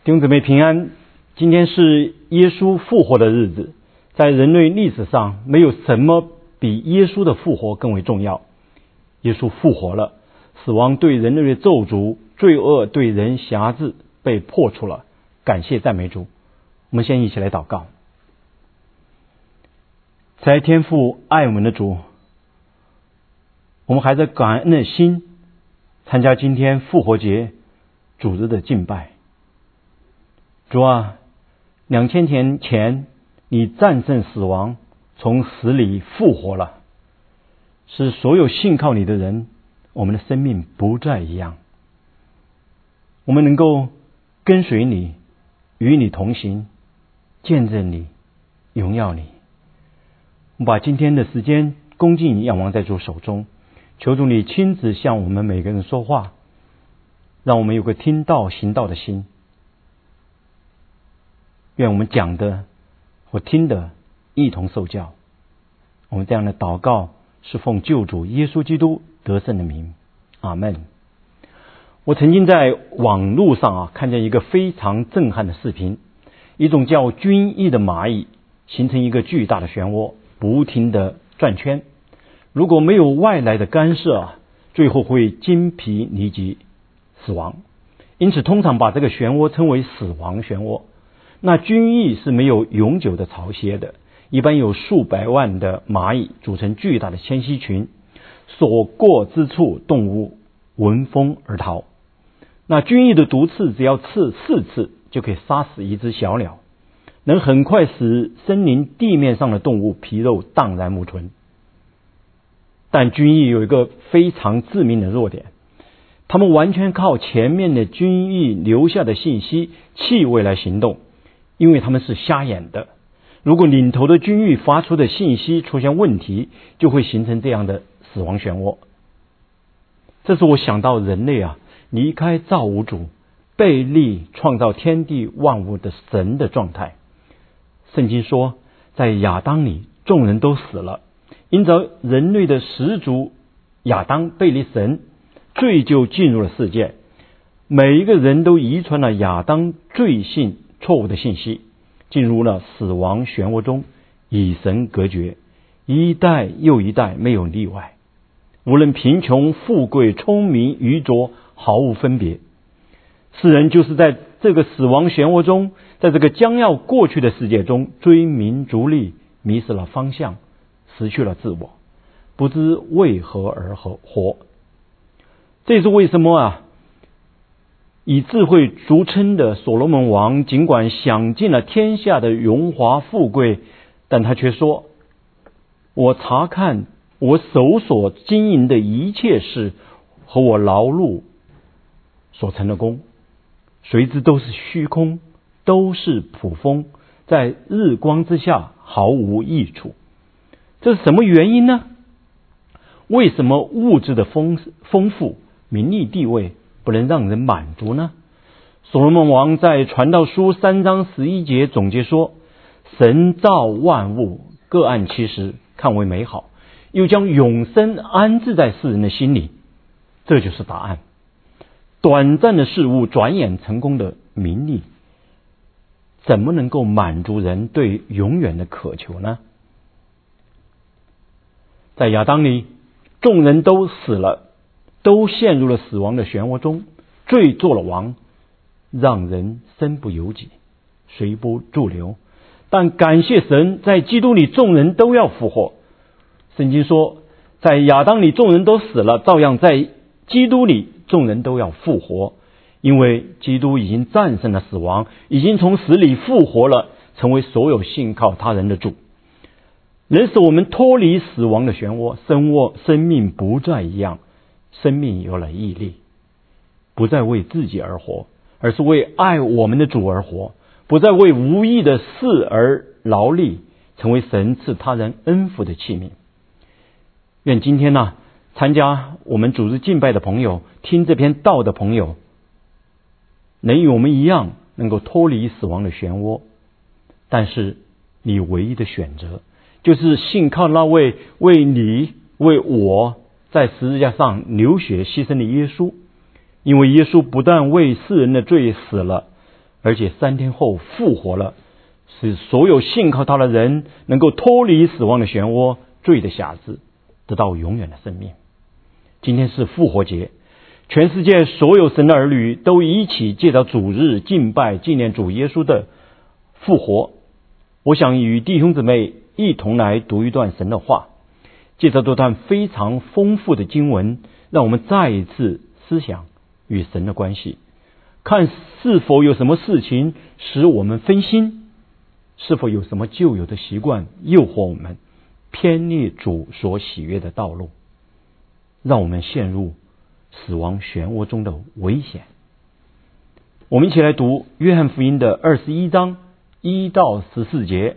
弟兄姊妹平安，今天是耶稣复活的日子，在人类历史上没有什么比耶稣的复活更为重要。耶稣复活了，死亡对人类的咒诅，罪恶对人辖制被破除了，感谢赞美主。我们先一起来祷告。在天父爱我们的主，我们还在感恩的心参加今天复活节主日的敬拜。主啊，2000年前你战胜死亡，从死里复活了，使所有信靠你的人，我们的生命不再一样。我们能够跟随你，与你同行，见证你，荣耀你。我们把今天的时间恭敬仰望在主手中，求主你亲自向我们每个人说话，让我们有个听道行道的心。愿我们讲的或听的一同受教。我们这样的祷告是奉救主耶稣基督得胜的名，阿们。我曾经在网络上看见一个非常震撼的视频，一种叫军翼的蚂蚁形成一个巨大的漩涡，不停地转圈，如果没有外来的干涉最后会精疲力竭死亡，因此通常把这个漩涡称为死亡漩涡。那军翼是没有永久的巢歇的，一般有数百万的蚂蚁组成巨大的迁徙群，所过之处动物闻风而逃。那军翼的毒刺只要刺4次就可以杀死一只小鸟，能很快使森林地面上的动物皮肉荡然无存。但军翼有一个非常致命的弱点，他们完全靠前面的军翼留下的信息、气味来行动，因为他们是瞎眼的。如果领头的军翼发出的信息出现问题，就会形成这样的死亡漩涡。这是我想到人类离开造物主，背逆创造天地万物的神的状态。圣经说，在亚当里众人都死了，因着人类的始祖亚当背离神，罪就进入了世界。每一个人都遗传了亚当罪性错误的信息，进入了死亡漩涡中，与神隔绝，一代又一代没有例外。无论贫穷富贵聪明愚拙毫无分别，世人就是在这个死亡漩涡中，在这个将要过去的世界中追名逐利，迷失了方向，失去了自我，不知为何而活。这是为什么以智慧著称的所罗门王，尽管享尽了天下的荣华富贵，但他却说，我查看我手所经营的一切事和我劳碌所成的功，谁知都是虚空，都是捕风，在日光之下毫无益处。这是什么原因呢？为什么物质的丰富、名利地位不能让人满足呢？所罗门王在传道书3章11节总结说，神造万物，各按其时，看为美好，又将永生安置在世人的心里。这就是答案。短暂的事物，转眼成功的名利，怎么能够满足人对永远的渴求呢？在亚当里，众人都死了，都陷入了死亡的漩涡中，罪做了王，让人身不由己，随波逐流。但感谢神，在基督里众人都要复活。圣经说，在亚当里众人都死了，照样在基督里众人都要复活，因为基督已经战胜了死亡，已经从死里复活了，成为所有信靠他人的主，能使我们脱离死亡的漩涡，生命不再一样，生命有了毅力，不再为自己而活，而是为爱我们的主而活，不再为无益的事而劳力，成为神赐他人恩福的器皿。愿今天参加我们主日敬拜的朋友，听这篇道的朋友，能与我们一样，能够脱离死亡的漩涡。但是你唯一的选择，就是信靠那位为你为我在十字架上流血牺牲的耶稣。因为耶稣不但为世人的罪死了， 而且3天后复活了，使所有信靠他的人能够脱离死亡的漩涡、罪的辖制，得到永远的生命。今天是复活节，全世界所有神的儿女都一起借着主日敬拜纪念主耶稣的复活。我想与弟兄姊妹一同来读一段神的话，借着这段非常丰富的经文，让我们再一次思想与神的关系，看是否有什么事情使我们分心，是否有什么旧有的习惯诱惑我们偏离主所喜悦的道路，让我们陷入死亡漩涡中的危险。我们一起来读约翰福音的21章1到14节。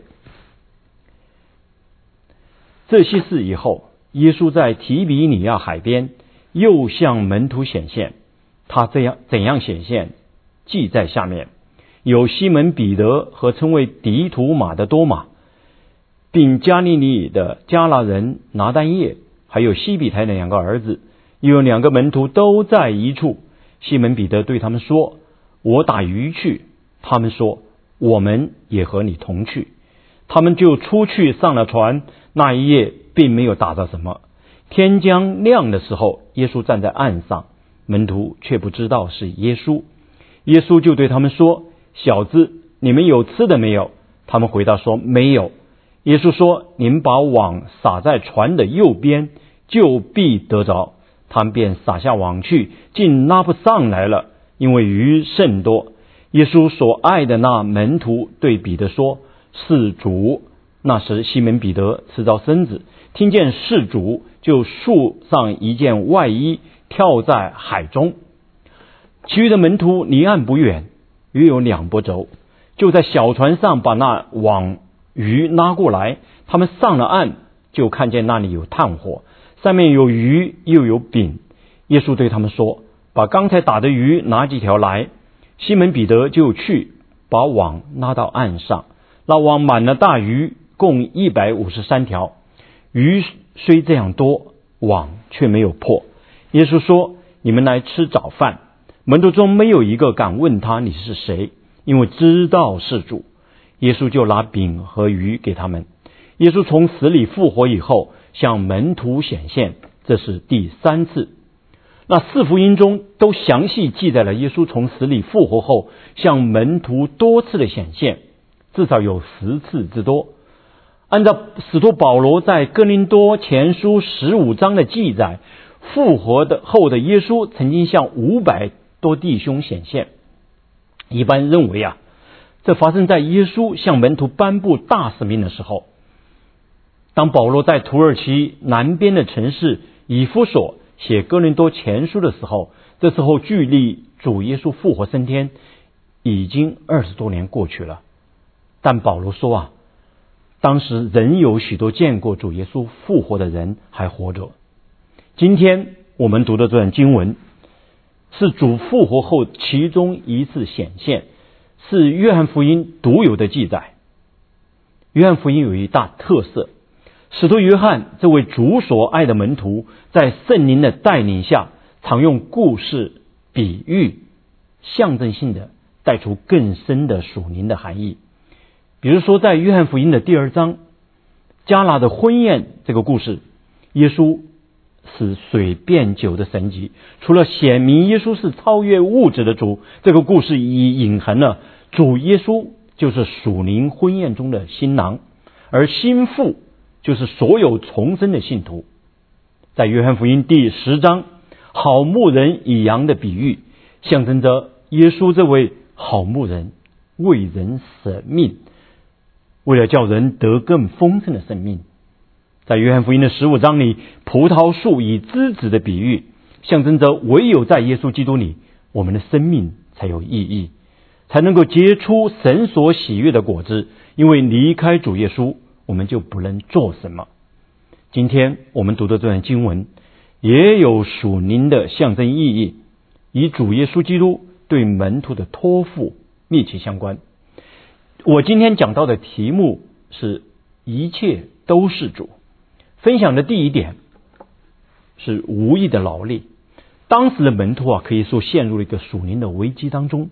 这些事以后，耶稣在提比尼亚海边又向门徒显现，他怎样显现，记在下面。有西门彼得和称为迪图马的多马，并加利利的加拉人拿但业，还有西比泰的2个儿子，又有2个门徒都在一处。西门彼得对他们说：我打鱼去。他们说：我们也和你同去。他们就出去上了船，那一夜并没有打到什么。天将亮的时候，耶稣站在岸上，门徒却不知道是耶稣。耶稣就对他们说：小子，你们有吃的没有？他们回答说：没有。耶稣说：你们把网撒在船的右边，就必得着。他们便撒下网去，竟拉不上来了，因为鱼甚多。耶稣所爱的那门徒对彼得说：是主。那时西门彼得吃着身子，听见是主，就束上一件外衣，跳在海中。其余的门徒离岸不远，约有2拨肘，就在小船上把那网鱼拉过来。他们上了岸，就看见那里有炭火，上面有鱼又有饼。耶稣对他们说：把刚才打的鱼拿几条来。西门彼得就去把网拉到岸上，那网满了大鱼，共153条。鱼虽这样多，网却没有破。耶稣说：你们来吃早饭。门徒中没有一个敢问他你是谁，因为知道是主。耶稣就拿饼和鱼给他们。耶稣从死里复活以后，向门徒显现，这是第3次。那4福音中都详细记载了耶稣从死里复活后向门徒多次的显现，至少有10次之多。按照使徒保罗在哥林多前书15章的记载，复活后的耶稣曾经向500多弟兄显现。一般认为这发生在耶稣向门徒颁布大使命的时候。当保罗在土耳其南边的城市以弗所写哥林多前书的时候，这时候距离主耶稣复活升天已经20多年过去了。但保罗说当时仍有许多见过主耶稣复活的人还活着。今天我们读的这段经文是主复活后其中一次显现，是约翰福音独有的记载。约翰福音有一大特色，使徒约翰这位主所爱的门徒，在圣灵的带领下，常用故事、比喻、象征性的带出更深的属灵的含义。比如说在约翰福音的第2章，迦拿的婚宴这个故事，耶稣使水变酒的神迹，除了显明耶稣是超越物质的主，这个故事已隐含了主耶稣就是属灵婚宴中的新郎，而新妇就是所有重生的信徒。在约翰福音第10章，好牧人以羊的比喻，象征着耶稣这位好牧人为人舍命，为了叫人得更丰盛的生命。在约翰福音的15章里，葡萄树以枝子的比喻，象征着唯有在耶稣基督里，我们的生命才有意义，才能够结出神所喜悦的果子，因为离开主耶稣，我们就不能做什么。今天我们读的这段经文也有属灵的象征意义，与主耶稣基督对门徒的托付密切相关。我今天讲到的题目是一切都是主。分享的第一点是无益的劳力。当时的门徒可以说陷入了一个属灵的危机当中，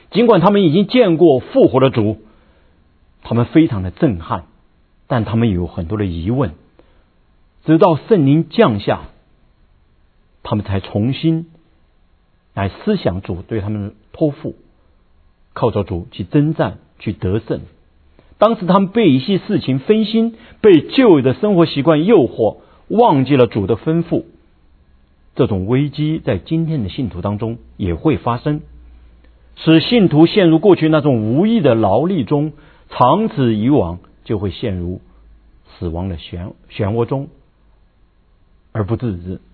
尽管他们已经见过复活的主，他们非常的震撼，但他们有很多的疑问。直到圣灵降下，他们才重新来思想主对他们的托付，靠着主去征战，去得胜。当时他们被一些事情分心，被旧有的生活习惯诱惑，忘记了主的吩咐。这种危机在今天的信徒当中也会发生，使信徒陷入过去那种无益的劳力中，长此以往就会陷入死亡的漩涡中而不自知。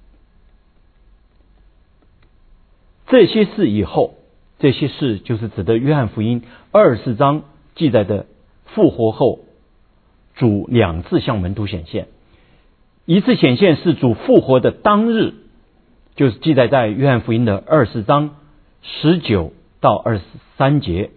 这些事以后，这些事就是指的约翰福音24章记载的复活后主2次向门徒显现。一次显现是主复活的当日，就是记载在约翰福音的24章19到23节。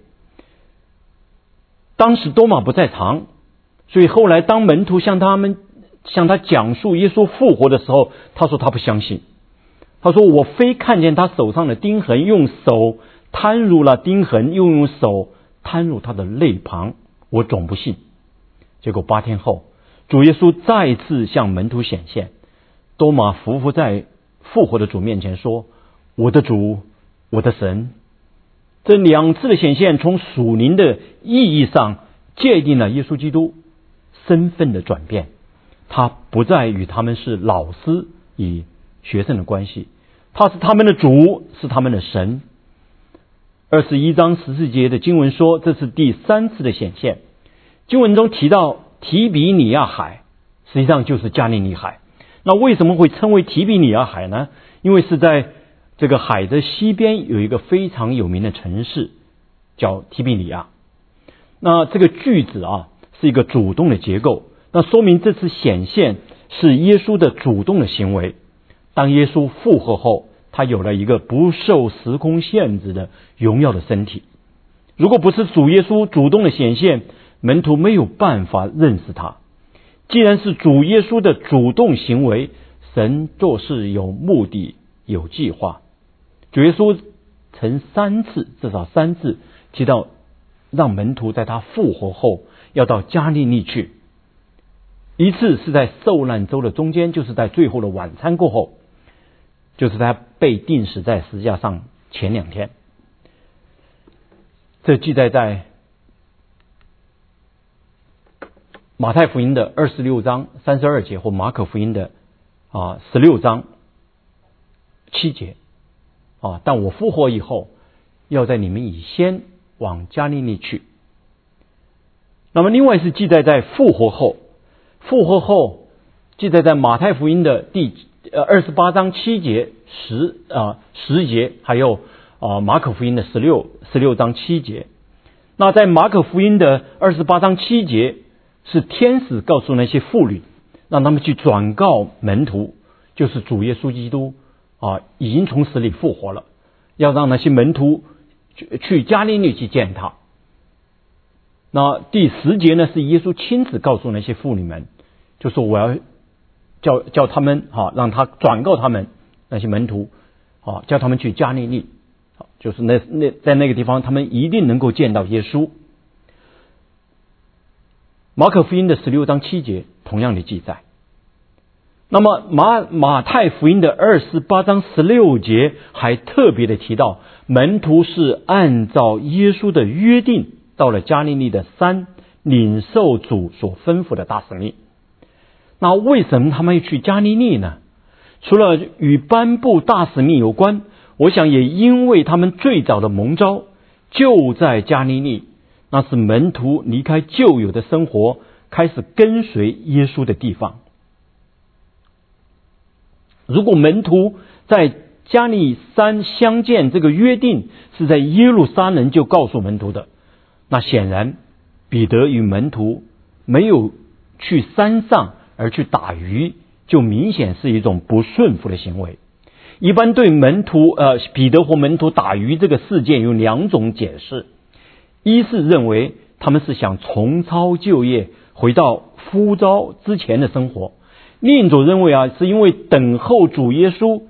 当时多马不在场，所以后来当门徒向他讲述耶稣复活的时候，他说他不相信。他说我非看见他手上的钉痕，用手摊入了钉痕，又用手摊入他的肋旁，我总不信。结果8天后，主耶稣再次向门徒显现，多马匍匐在复活的主面前说，我的主，我的神。这2次的显现从属灵的意义上界定了耶稣基督身份的转变，他不再与他们是老师与学生的关系，他是他们的主，是他们的神。21章14节的经文说，这是第3次的显现。经文中提到提比尼亚海，实际上就是加利利海。那为什么会称为提比尼亚海呢？因为是在这个海的西边有一个非常有名的城市叫提比尼亚。那这个句子是一个主动的结构，那说明这次显现是耶稣的主动的行为。当耶稣复活后，他有了一个不受时空限制的荣耀的身体。如果不是主耶稣主动的显现，门徒没有办法认识他。既然是主耶稣的主动行为，神做事有目的有计划。主耶稣曾至少3次提到让门徒在他复活后要到加利利去。一次是在受难周的中间，就是在最后的晚餐过后，就是他被钉死在十字架上前2天。这记载在马太福音的26章32节或马可福音的16章7节。但我复活以后，要在你们以先往加利利去。那么另外是记载在复活后记载在马太福音的第28章7节10节，还有马可福音的16章7节。那在马可福音的28章7节，是天使告诉那些妇女，让他们去转告门徒，就是主耶稣基督已经从死里复活了，要让那些门徒去加利利去见他。那第10节呢，是耶稣亲自告诉那些妇女们，就说我要叫他们让他转告他们那些门徒叫他们去加利利，就是在那个地方他们一定能够见到耶稣。马可福音的16章7节同样的记载。那么马太福音的28章16节还特别的提到，门徒是按照耶稣的约定到了加利利的山，领受主所吩咐的大使命。那为什么他们要去加利利呢？除了与颁布大使命有关，我想也因为他们最早的蒙召就在加利利，那是门徒离开旧有的生活，开始跟随耶稣的地方。如果门徒在加利山相见，这个约定是在耶路撒冷就告诉门徒的，那显然彼得与门徒没有去山上而去打鱼，就明显是一种不顺服的行为。一般对彼得或门徒打鱼这个事件有2种解释。一是认为他们是想重操旧业，回到呼召之前的生活。另一种认为是因为等候主耶稣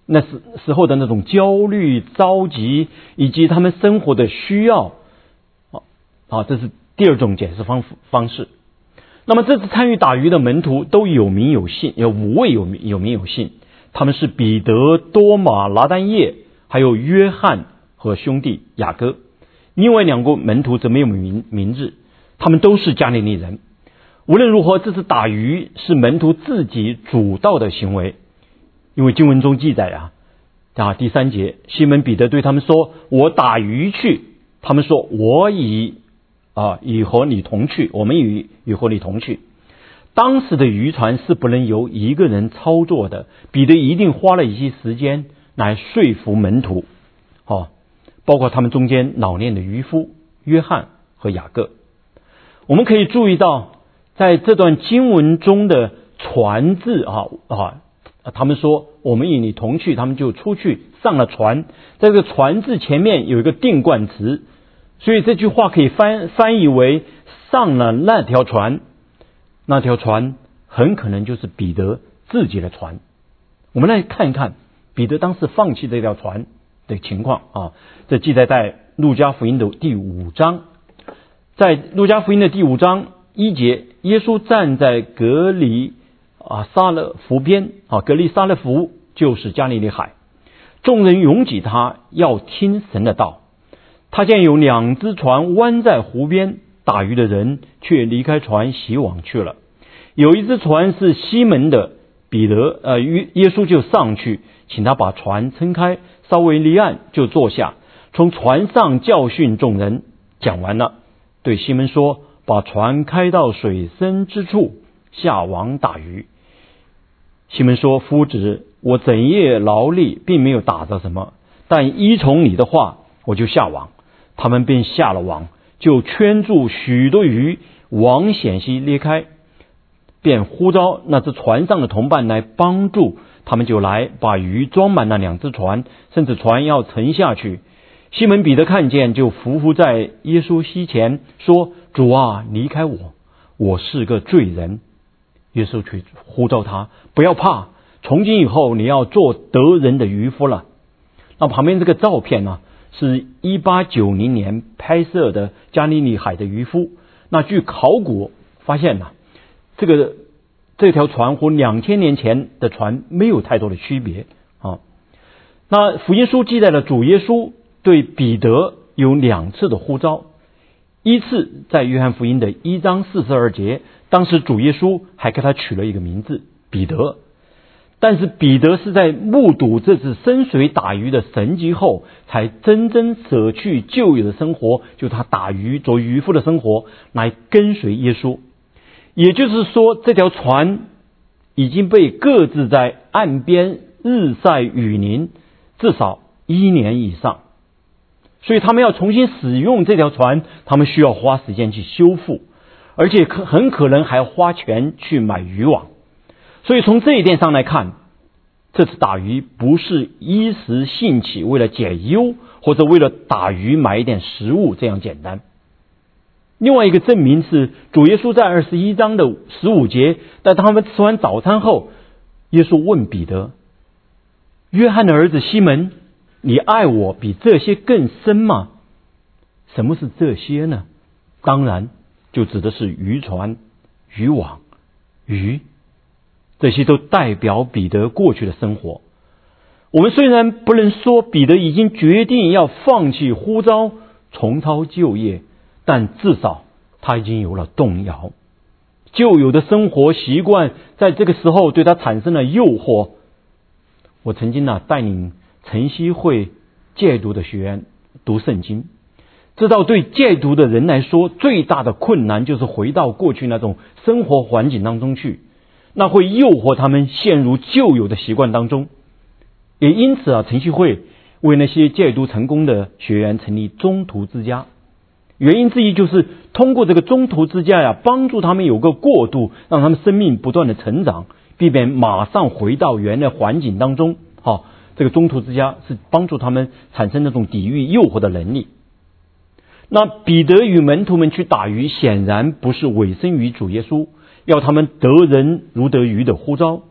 那时候的那种焦虑、着急，以及他们生活的需要，这是第二种解释方式。那么这次参与打鱼的门徒都有名有姓，有5位有名有姓，他们是彼得、多马、拿但业，还有约翰和兄弟雅各。另外2个门徒则没有名字，他们都是加利利人。无论如何，这次打鱼是门徒自己主导的行为，因为经文中记载第3节，西门彼得对他们说：“我打鱼去。”他们说：“我已和你同去。”我们与和你同去。当时的渔船是不能由一个人操作的，彼得一定花了一些时间来说服门徒，包括他们中间老练的渔夫约翰和雅各。我们可以注意到，在这段经文中的船字他们说我们与你同去，他们就出去上了船，在这个船字前面有一个定冠词，所以这句话可以翻译为上了那条船。那条船很可能就是彼得自己的船。我们来看一看彼得当时放弃这条船的情况这记载在路加福音的第5章。在路加福音的第5章1节，耶稣站在格里撒勒湖边格利撒勒湖就是加利利海，众人拥挤他，要听神的道。他见有2只船弯在湖边，打鱼的人却离开船洗网去了。有一只船是西门的，彼得耶稣就上去，请他把船撑开，稍微离岸就坐下，从船上教训众人。讲完了，对西门说：“把船开到水深之处，下网打鱼。”西门说：“夫子，我整夜劳力，并没有打着什么，但依从你的话，我就下网。”他们便下了网，就圈住许多鱼，网险些裂开，便呼召那只船上的同伴来帮助。他们就来把鱼装满了2只船，甚至船要沉下去。西门彼得看见，就伏在耶稣膝前说：“主啊，离开我，我是个罪人。”耶稣去呼召他：“不要怕，从今以后你要做得人的渔夫了。”那旁边这个照片呢，是1890年拍摄的加利利海的渔夫。那据考古发现这条船和2000年前的船没有太多的区别那福音书记载了主耶稣对彼得有2次的呼召。一次在约翰福音的1章42节，当时主耶稣还给他取了一个名字彼得。但是彼得是在目睹这次深水打鱼的神迹后，才真正舍去旧有的生活，就他打鱼做渔夫的生活，来跟随耶稣。也就是说，这条船已经被搁置在岸边，日晒雨淋，至少1年以上。所以他们要重新使用这条船，他们需要花时间去修复，而且很可能还要花钱去买渔网。所以从这一点上来看，这次打鱼不是一时兴起，为了解忧，或者为了打鱼买一点食物这样简单。另外一个证明是，主耶稣在21章的15节，在他们吃完早餐后，耶稣问彼得：“约翰的儿子西门，你爱我比这些更深吗？”什么是这些呢？当然就指的是渔船、渔网、鱼，这些都代表彼得过去的生活。我们虽然不能说彼得已经决定要放弃呼召，重操旧业，但至少他已经有了动摇。旧有的生活习惯在这个时候对他产生了诱惑。我曾经带领晨曦会戒毒的学员读圣经，知道对戒毒的人来说，最大的困难就是回到过去那种生活环境当中去，那会诱惑他们陷入旧有的习惯当中。也因此晨曦会为那些戒毒成功的学员成立中途之家，原因之一就是通过这个中途之家帮助他们有个过渡，让他们生命不断的成长，避免马上回到原来环境当中。这个中途之家是帮助他们产生那种抵御诱惑的能力。那彼得与门徒们去打鱼，显然不是委身于主耶稣要他们得人如得鱼的呼召，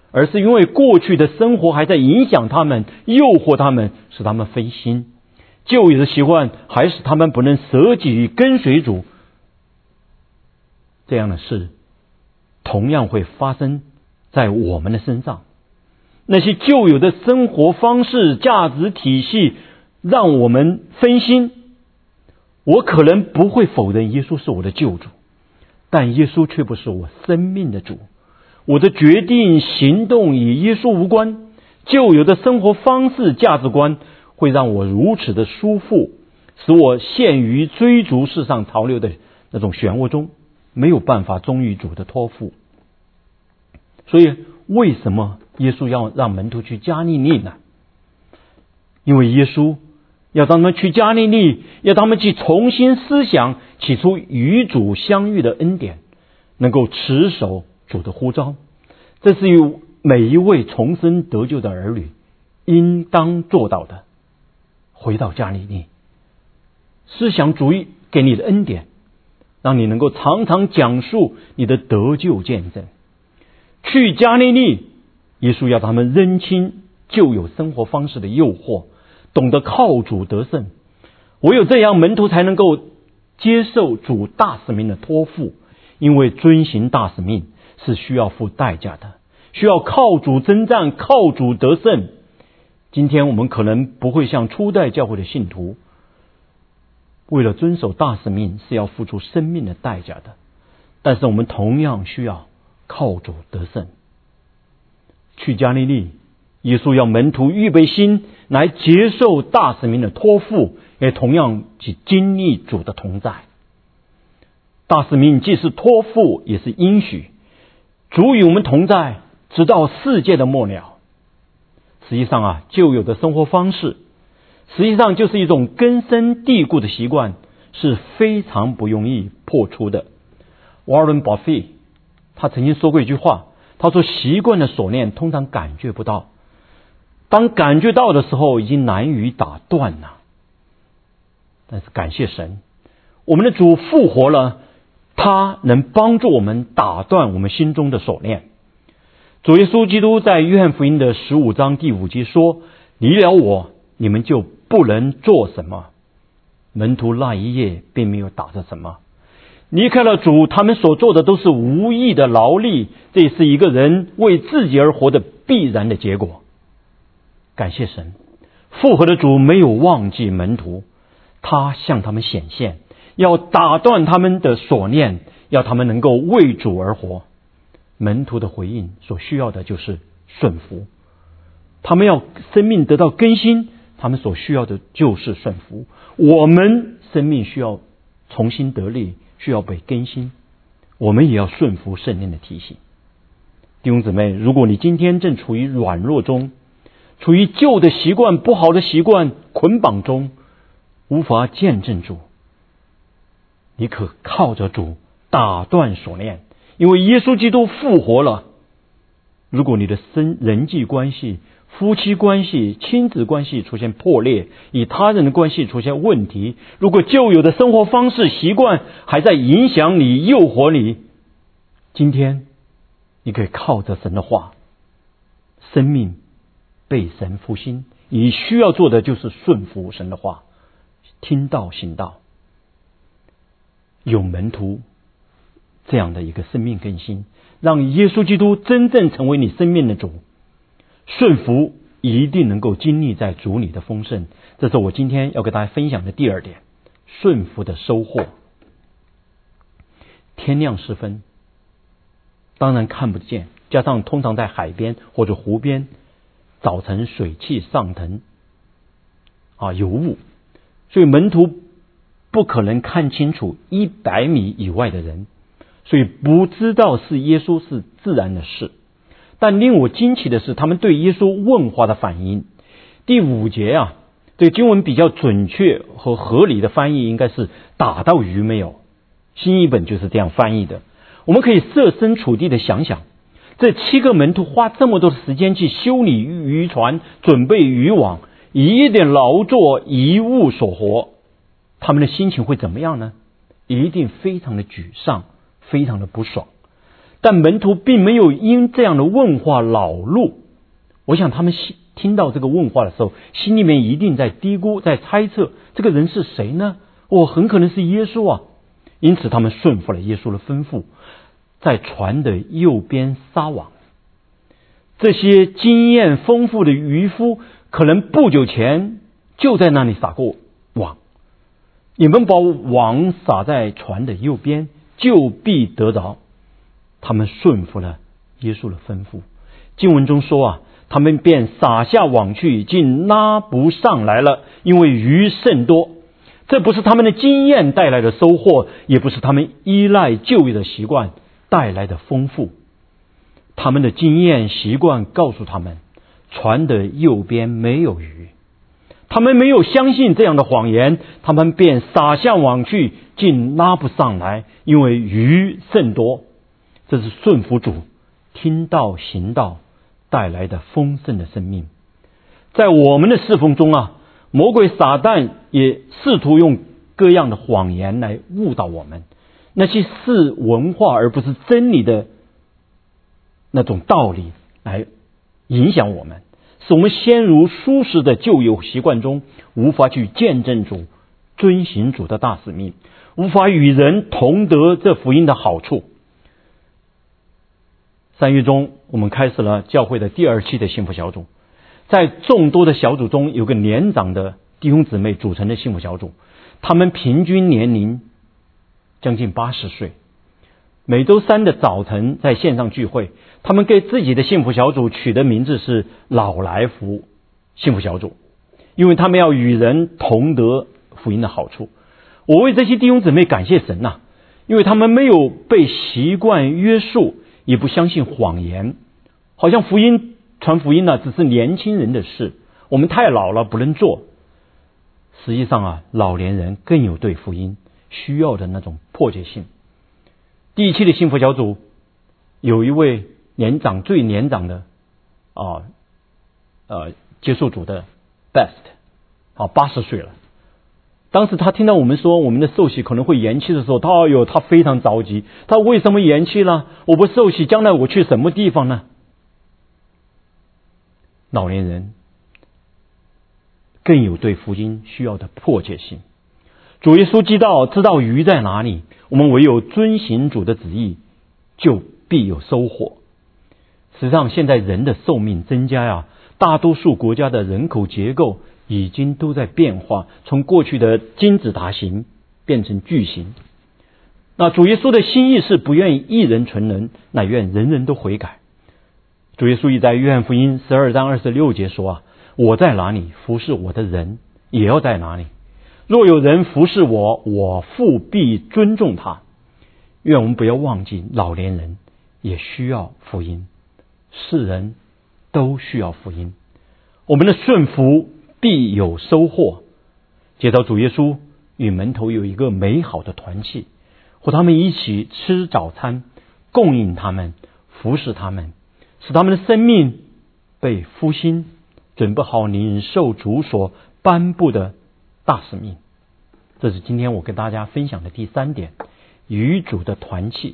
而是因为过去的生活还在影响他们，诱惑他们，使他们分心。旧有的习惯还使他们不能舍己于跟随主。这样的事同样会发生在我们的身上。那些旧有的生活方式、价值体系让我们分心。我可能不会否认耶稣是我的救主，但耶稣却不是我生命的主。我的决定行动与耶稣无关。旧有的生活方式、价值观会让我如此的舒服，使我陷于追逐世上潮流的那种漩涡中，没有办法忠于主的托付。所以为什么耶稣要让门徒去加利利呢？因为耶稣要他们去加利利，要他们去重新思想起初与主相遇的恩典，能够持守主的呼召。这是与每一位重生得救的儿女应当做到的。回到加利利，思想主给你的恩典，让你能够常常讲述你的得救见证。去加利利，耶稣要他们认清旧有生活方式的诱惑，懂得靠主得胜。唯有这样，门徒才能够接受主大使命的托付，因为遵行大使命是需要付代价的，需要靠主征战，靠主得胜。今天我们可能不会像初代教会的信徒，为了遵守大使命是要付出生命的代价的，但是我们同样需要靠主得胜。去加利利，耶稣要门徒预备心来接受大使命的托付，也同样去经历主的同在。大使命既是托付，也是应许。主与我们同在，直到世界的末了。实际上旧有的生活方式，实际上就是一种根深蒂固的习惯，是非常不容易破除的。Warren Buffett 他曾经说过一句话，他说习惯的锁链通常感觉不到，当感觉到的时候已经难以打断了。但是感谢神，我们的主复活了，他能帮助我们打断我们心中的锁链。主耶稣基督在约翰福音的15章第5节说，离了我，你们就不能做什么。门徒那一夜并没有打着什么，离开了主，他们所做的都是无益的劳力，这是一个人为自己而活的必然的结果。感谢神，复活的主没有忘记门徒，他向他们显现，要打断他们的锁链，要他们能够为主而活。门徒的回应所需要的就是顺服，他们要生命得到更新，他们所需要的就是顺服。我们生命需要重新得力，需要被更新，我们也要顺服圣灵的提醒。弟兄姊妹，如果你今天正处于软弱中，处于旧的习惯、不好的习惯捆绑中，无法见证主，你可靠着主打断锁链，因为耶稣基督复活了。如果你的人际关系、夫妻关系、亲子关系出现破裂，与他人的关系出现问题，如果旧有的生活方式、习惯还在影响你、诱惑你，今天你可以靠着神的话，生命被神复兴。你需要做的就是顺服神的话，听道行道。有门徒这样的一个生命更新，让耶稣基督真正成为你生命的主。顺服一定能够经历在主里的丰盛，这是我今天要跟大家分享的第二点，顺服的收获。天亮时分，当然看不见，加上通常在海边或者湖边，早晨水汽上腾，有雾，所以门徒不可能看清楚100米以外的人，所以不知道是耶稣是自然的事。但令我惊奇的是，他们对耶稣问话的反应。第5节对经文比较准确和合理的翻译应该是打到鱼没有，新译本就是这样翻译的。我们可以设身处地的想想，这7个门徒花这么多的时间去修理渔船，准备渔网，一点劳作一物所活，他们的心情会怎么样呢？一定非常的沮丧，非常的不爽。 但门徒并没有因这样的问话恼怒。我想他们听到这个问话的时候，心里面一定在嘀咕，在猜测这个人是谁呢？很可能是耶稣啊。因此他们顺服了耶稣的吩咐，在船的右边撒网。这些经验丰富的渔夫可能不久前就在那里撒过网，你们把网撒在船的右边，就必得着。他们顺服了耶稣的吩咐。经文中说他们便撒下网去，竟拉不上来了，因为鱼甚多。这不是他们的经验带来的收获，也不是他们依赖旧有的习惯带来的丰富。他们的经验习惯告诉他们，船的右边没有鱼。他们没有相信这样的谎言，他们便撒下网去，竟拉不上来，因为鱼甚多。这是顺服主、听道行道带来的丰盛的生命。在我们的侍奉中魔鬼撒旦也试图用各样的谎言来误导我们，那些是文化而不是真理的那种道理来影响我们，使我们陷入舒适的旧有习惯中，无法去见证主、遵行主的大使命，无法与人同得这福音的好处。3月中，我们开始了教会的第2期的幸福小组。在众多的小组中，有个年长的弟兄姊妹组成的幸福小组，他们平均年龄将近80岁。每周3的早晨在线上聚会，他们给自己的幸福小组取的名字是老来福幸福小组，因为他们要与人同得福音的好处。我为这些弟兄姊妹感谢神因为他们没有被习惯约束，也不相信谎言，好像传福音只是年轻人的事，我们太老了不能做。实际上老年人更有对福音需要的那种迫切性。第1期的幸福小组有一位最年长的接受主的 80岁了。当时他听到我们说我们的受洗可能会延期的时候，他非常着急。他为什么延期了？我不受洗，将来我去什么地方呢？老年人更有对福音需要的迫切性。主耶稣知道鱼在哪里，我们唯有遵行主的旨意，就必有收获。实际上现在人的寿命增加大多数国家的人口结构已经都在变化，从过去的金字塔形变成巨型。那主耶稣的心意是不愿意一人存人，乃愿人人都悔改。主耶稣已在约翰福音12章26节说我在哪里，服侍我的人也要在哪里。若有人服侍我，我父必尊重他。愿我们不要忘记，老年人也需要福音，世人都需要福音。我们的顺服必有收获。接到主耶稣与门徒有一个美好的团契，和他们一起吃早餐，供应他们，服侍他们，使他们的生命被复兴，准备好领受主所颁布的大使命。这是今天我跟大家分享的第3点，与主的团契。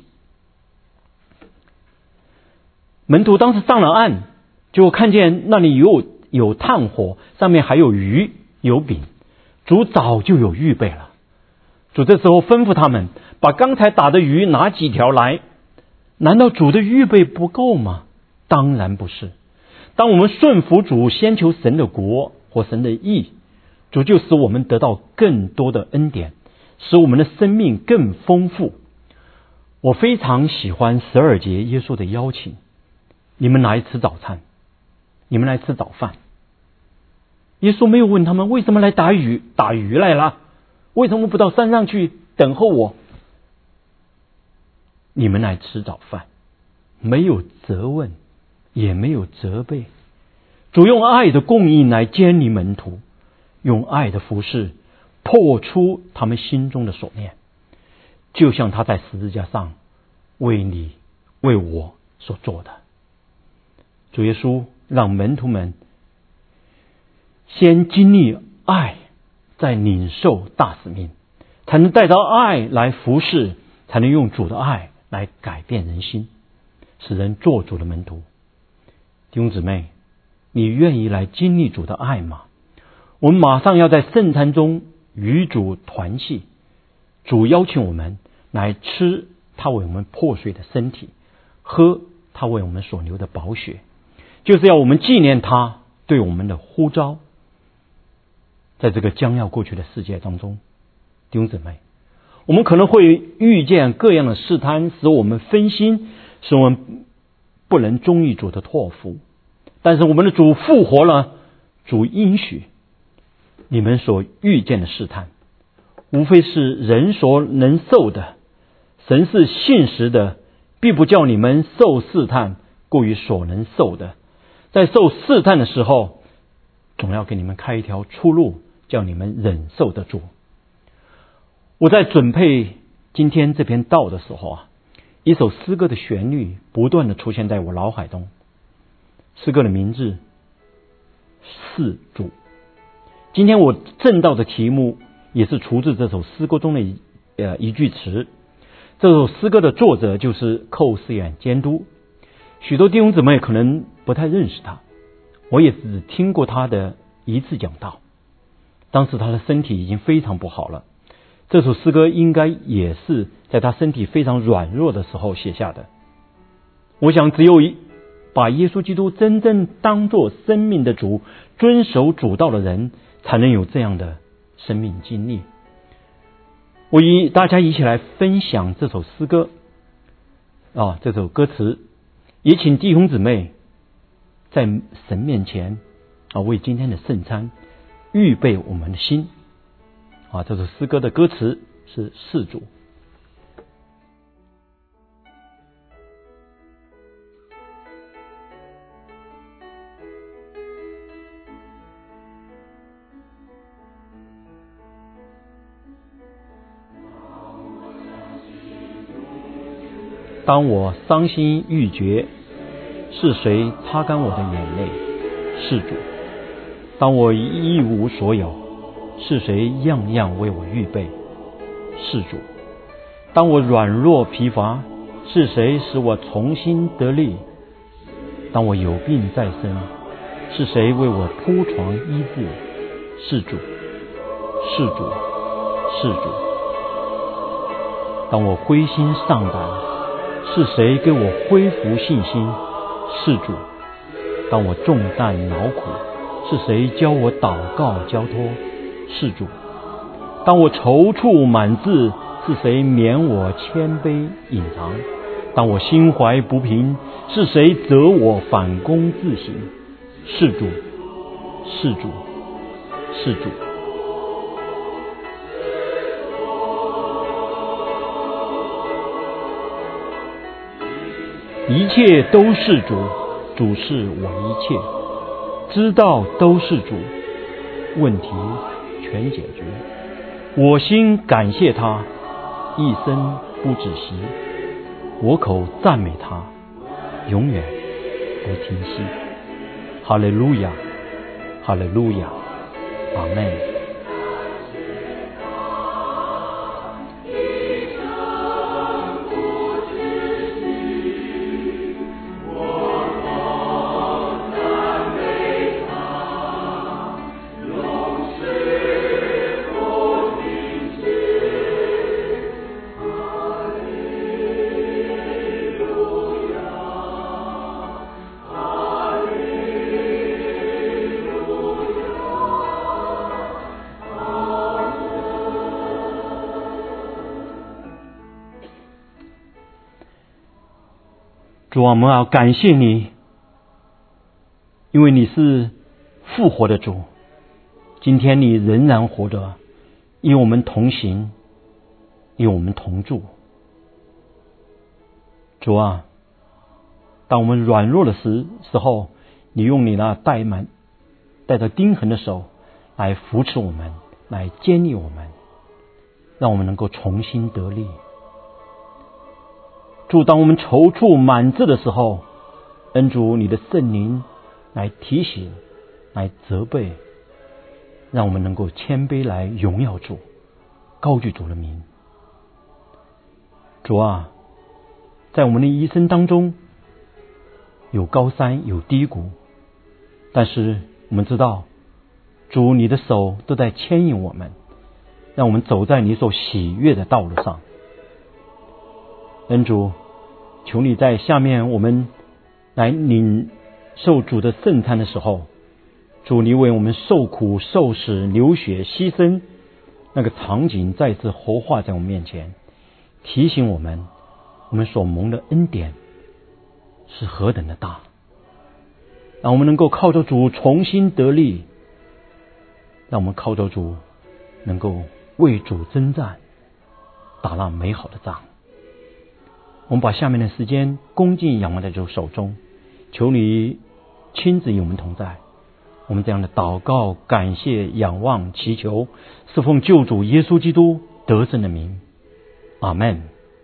门徒当时上了岸，就看见那里有炭火，上面还有鱼有饼，主早就有预备了。主这时候吩咐他们把刚才打的鱼拿几条来。难道主的预备不够吗？当然不是。当我们顺服主，先求神的国或神的义，主就使我们得到更多的恩典，使我们的生命更丰富。我非常喜欢12节耶稣的邀请，你们来吃早餐，你们来吃早饭。耶稣没有问他们为什么来打鱼来了，为什么不到山上去等候我？你们来吃早饭，没有责问，也没有责备。主用爱的供应来建立门徒，用爱的服侍破出他们心中的锁链，就像他在十字架上为你为我所做的。主耶稣让门徒们先经历爱，再领受大使命，才能带着爱来服侍，才能用主的爱来改变人心。 使人做主的门徒。弟兄姊妹，你愿意来经历主的爱吗？我们马上要在圣餐中与主团契，主邀请我们来吃他为我们破碎的身体，喝他为我们所流的宝血，就是要我们纪念他对我们的呼召。在这个将要过去的世界当中，弟兄姊妹，我们可能会遇见各样的试探，使我们分心，使我们不能忠于主的托付。但是我们的主复活了，主应许你们所遇见的试探，无非是人所能受的。神是信实的，必不叫你们受试探过于所能受的。在受试探的时候，总要给你们开一条出路，叫你们忍受得住。我在准备今天这篇道的时候一首诗歌的旋律不断的出现在我脑海中。诗歌的名字是主。今天我正道的题目也是出自这首诗歌中的一句词。这首诗歌的作者就是寇世远监督。许多弟兄姊妹可能不太认识他，我也只听过他的一次讲道。当时他的身体已经非常不好了，这首诗歌应该也是在他身体非常软弱的时候写下的。我想只有把耶稣基督真正当作生命的主，遵守主道的人，才能有这样的生命经历。我与大家一起来分享这首诗歌这首歌词，也请弟兄姊妹在神面前为今天的圣餐预备我们的心。这首诗歌的歌词是是主。当我伤心欲绝，是谁擦干我的眼泪？是主。当我一无所有，是谁样样为我预备？是主。当我软弱疲乏，是谁使我重新得力？当我有病在身，是谁为我铺床医治？是主，是主，是主。当我灰心丧胆，是谁给我恢复信心？是主。当我重担劳苦，是谁教我祷告交托？是主。当我踌躇满志，是谁免我谦卑隐藏？当我心怀不平，是谁责我反躬自省？是主，是主，是主。一切都是主，主是我一切，知道都是主，问题全解决。我心感谢他，一生不止息，我口赞美他，永远不停息。哈利路亚，哈利路亚，阿们。主啊，我们要感谢你，因为你是复活的主。今天你仍然活着，与我们同行，与我们同住。主啊，当我们软弱的时候，你用你那带着钉痕的手来扶持我们，来坚立我们，让我们能够重新得力。主，当我们踌躇满志的时候，恩主你的圣灵来提醒，来责备，让我们能够谦卑来荣耀主，高举主的名。主啊，在我们的一生当中， 有高山，有低谷，但是我们知道，主你的手都在牵引我们，让我们走在你所喜悦的道路上。恩主，求你在下面我们来领受主的圣餐的时候，主你为我们受苦受死流血牺牲那个场景再次活化在我们面前，提醒我们所蒙的恩典是何等的大，让我们能够靠着主重新得力，让我们靠着主能够为主征战，打那美好的仗。我们把下面的时间恭敬仰望在主手中，求你亲自与我们同在。我们这样的祷告、感谢、仰望、祈求，是奉救主耶稣基督得胜的名。阿们。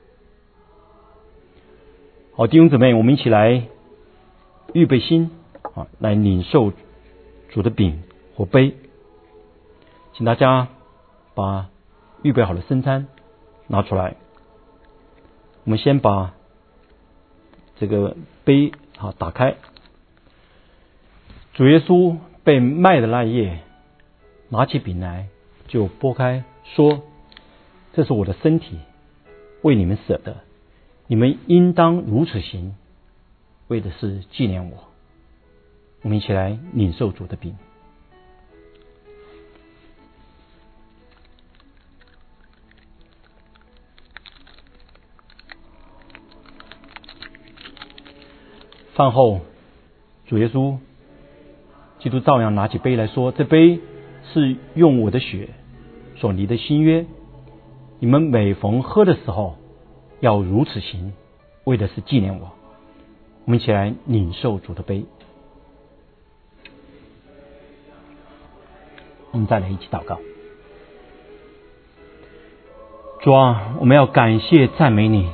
好，弟兄姊妹，我们一起来预备心，来领受主的饼或杯。请大家把预备好的圣餐拿出来。我们先把这个杯打开。主耶稣被卖的那夜，拿起饼来就拨开，说：这是我的身体，为你们舍的，你们应当如此行，为的是纪念我。我们一起来领受主的饼。饭后，主耶稣基督照样拿起杯来说：这杯是用我的血所立的新约，你们每逢喝的时候要如此行，为的是纪念我。我们一起来领受主的杯。我们再来一起祷告。主啊，我们要感谢赞美你，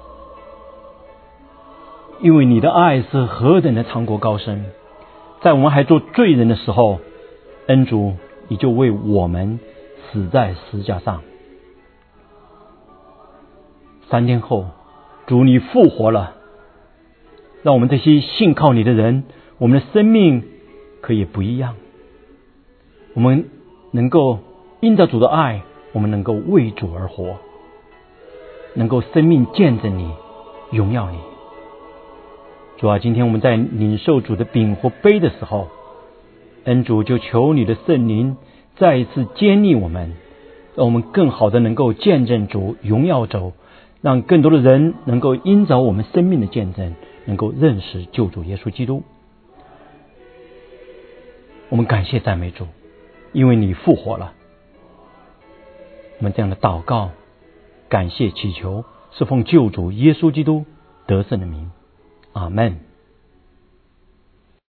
因为你的爱是何等的长阔高深，在我们还做罪人的时候，恩主你就为我们死在十字架上。3天后，主你复活了，让我们这些信靠你的人，我们的生命可以不一样。我们能够因着主的爱，我们能够为主而活，能够生命见证你，荣耀你。主啊，今天我们在领受主的饼或杯的时候，恩主就求你的圣灵再一次坚立我们，让我们更好的能够见证主，荣耀主，让更多的人能够因着我们生命的见证，能够认识救主耶稣基督。我们感谢赞美主，因为你复活了。我们这样的祷告、感谢、祈求，是奉救主耶稣基督得胜的名。阿们。